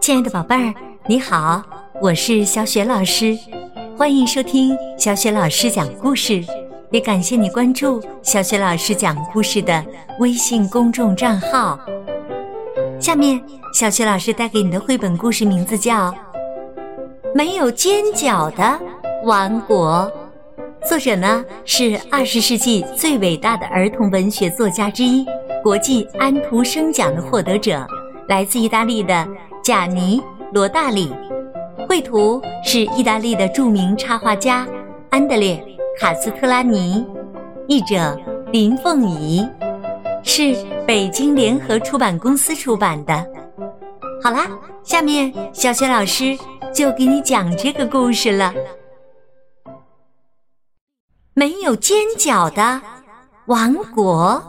亲爱的宝贝儿，你好，我是小雪老师，欢迎收听小雪老师讲故事，也感谢你关注小雪老师讲故事的微信公众账号。下面小雪老师带给你的绘本故事名字叫《没有尖角的王国》，作者呢是20世纪最伟大的儿童文学作家之一，国际安徒生奖的获得者，来自意大利的贾尼·罗大里，绘图是意大利的著名插画家安德烈·卡斯特拉尼，译者林凤仪，是北京联合出版公司出版的。好啦，下面小雪老师就给你讲这个故事了。没有尖角的王国。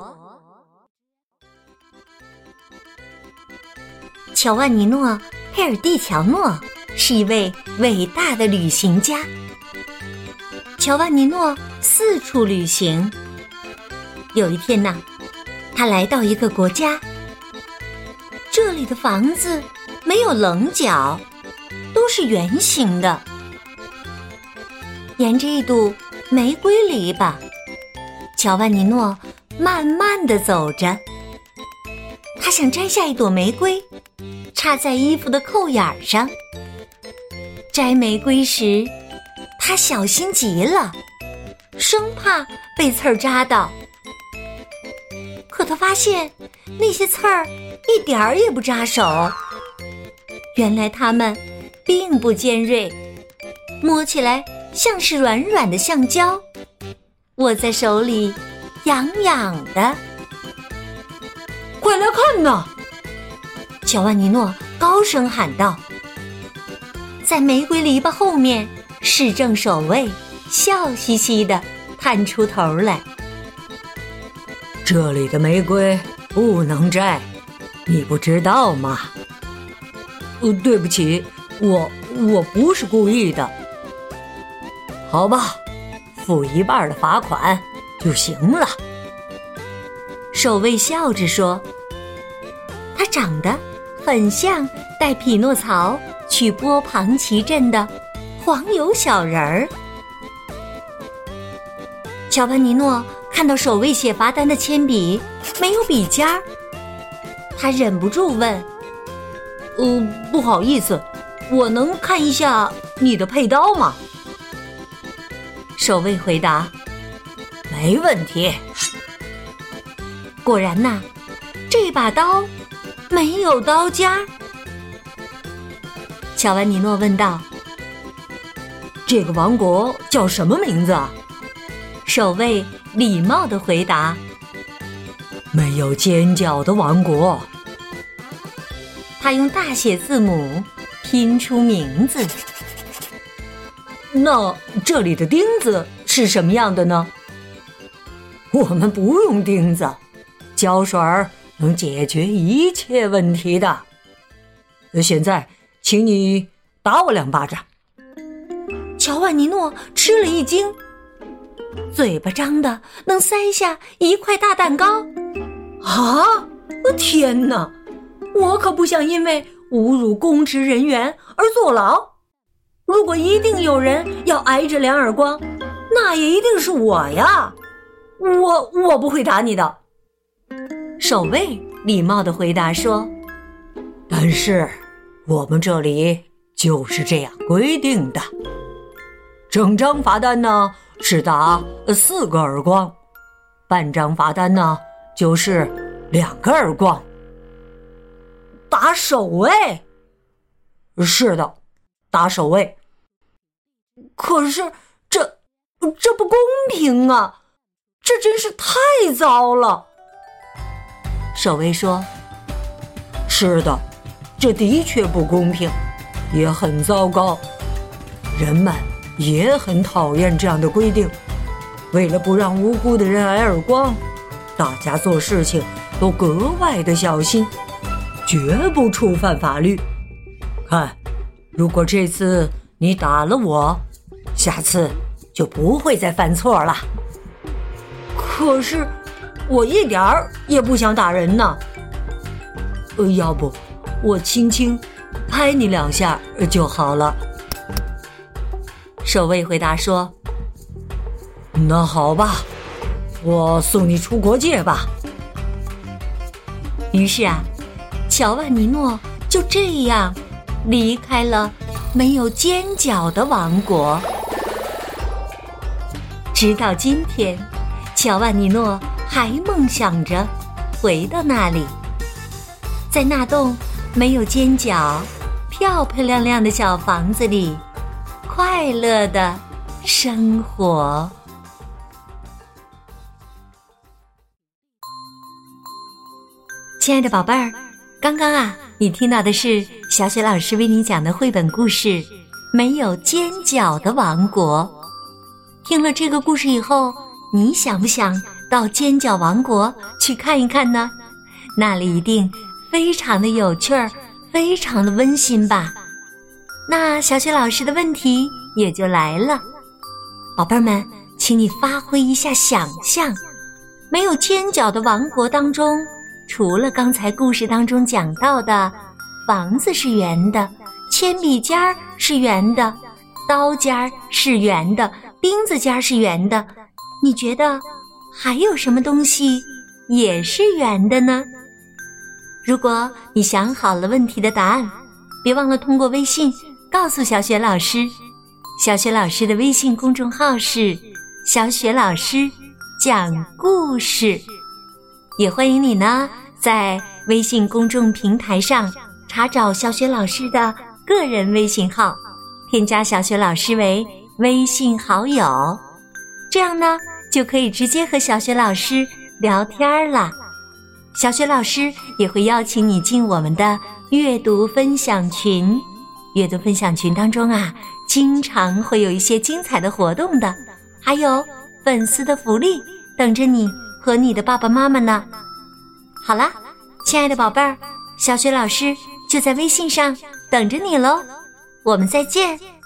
乔万尼诺·佩尔蒂乔诺是一位伟大的旅行家。乔万尼诺四处旅行。有一天呢，他来到一个国家，这里的房子没有棱角，都是圆形的。沿着一堵玫瑰篱笆，乔万尼诺慢慢地走着。他想摘下一朵玫瑰，插在衣服的扣眼上。摘玫瑰时，他小心极了，生怕被刺儿扎到。可他发现那些刺儿一点儿也不扎手，原来它们并不尖锐，摸起来像是软软的橡胶，握在手里痒痒的。 快来看呐！ 乔万尼诺高声喊道。在玫瑰篱笆后面，市政守卫笑嘻嘻地探出头来。 这里的玫瑰不能摘，你不知道吗？对不起，我不是故意的。好吧，付一半的罚款就行了。 守卫笑着说，他长得很像带匹诺曹去波旁奇镇的黄油小人儿。乔万尼诺看到守卫写罚单的铅笔没有笔尖儿，他忍不住问， 不好意思，我能看一下你的佩刀吗？ 守卫回答， 没问题。 果然呐，这把刀没有刀尖儿。乔万尼诺问道， 这个王国叫什么名字啊？ 守卫礼貌地回答， 没有尖角的王国。 他用大写字母拼出名字。 那这里的钉子是什么样的呢？我们不用钉子，胶水能解决一切问题的。现在请你打我2巴掌。 乔万尼诺吃了一惊，嘴巴张得能塞下一块大蛋糕。 啊！天哪！我可不想因为侮辱公职人员而坐牢。如果一定有人要挨这2耳光，那也一定是我呀。我不会打你的。 守卫礼貌地回答说， 但是我们这里就是这样规定的。整张罚单呢是打4个耳光，半张罚单呢就是2个耳光。打守卫？是的，打守卫。可是这不公平啊，这真是太糟了。 守卫说， 是的，这的确不公平，也很糟糕。人们也很讨厌这样的规定。为了不让无辜的人挨耳光，大家做事情都格外的小心，绝不触犯法律。看，如果这次你打了我，下次就不会再犯错了。可是我一点儿也不想打人呢。要不我轻轻拍你2下就好了。 守卫回答说： 那好吧，我送你出国界吧。 于是啊，乔万尼诺就这样离开了没有尖角的王国。直到今天，乔万尼诺还梦想着回到那里，在那栋没有尖角、漂漂亮亮的小房子里，快乐的生活。亲爱的宝贝儿，刚刚啊，你听到的是小雪老师为你讲的绘本故事《没有尖角的王国》。听了这个故事以后，你想不想到尖角王国去看一看呢？那里一定非常的有趣儿，非常的温馨吧。那小雪老师的问题也就来了，宝贝儿们，请你发挥一下想象，没有尖角的王国当中，除了刚才故事当中讲到的房子是圆的，铅笔尖儿是圆的，刀尖儿是圆的，钉子尖儿是圆的，你觉得还有什么东西也是圆的呢？如果你想好了问题的答案，别忘了通过微信告诉小雪老师。小雪老师的微信公众号是小雪老师讲故事，也欢迎你呢在微信公众平台上查找小雪老师的个人微信号，添加小雪老师为微信好友，这样呢就可以直接和小雪老师聊天了。小雪老师也会邀请你进我们的阅读分享群，阅读分享群当中啊，经常会有一些精彩的活动的，还有粉丝的福利等着你和你的爸爸妈妈呢。好啦，亲爱的宝贝儿，小雪老师就在微信上等着你喽，我们再见。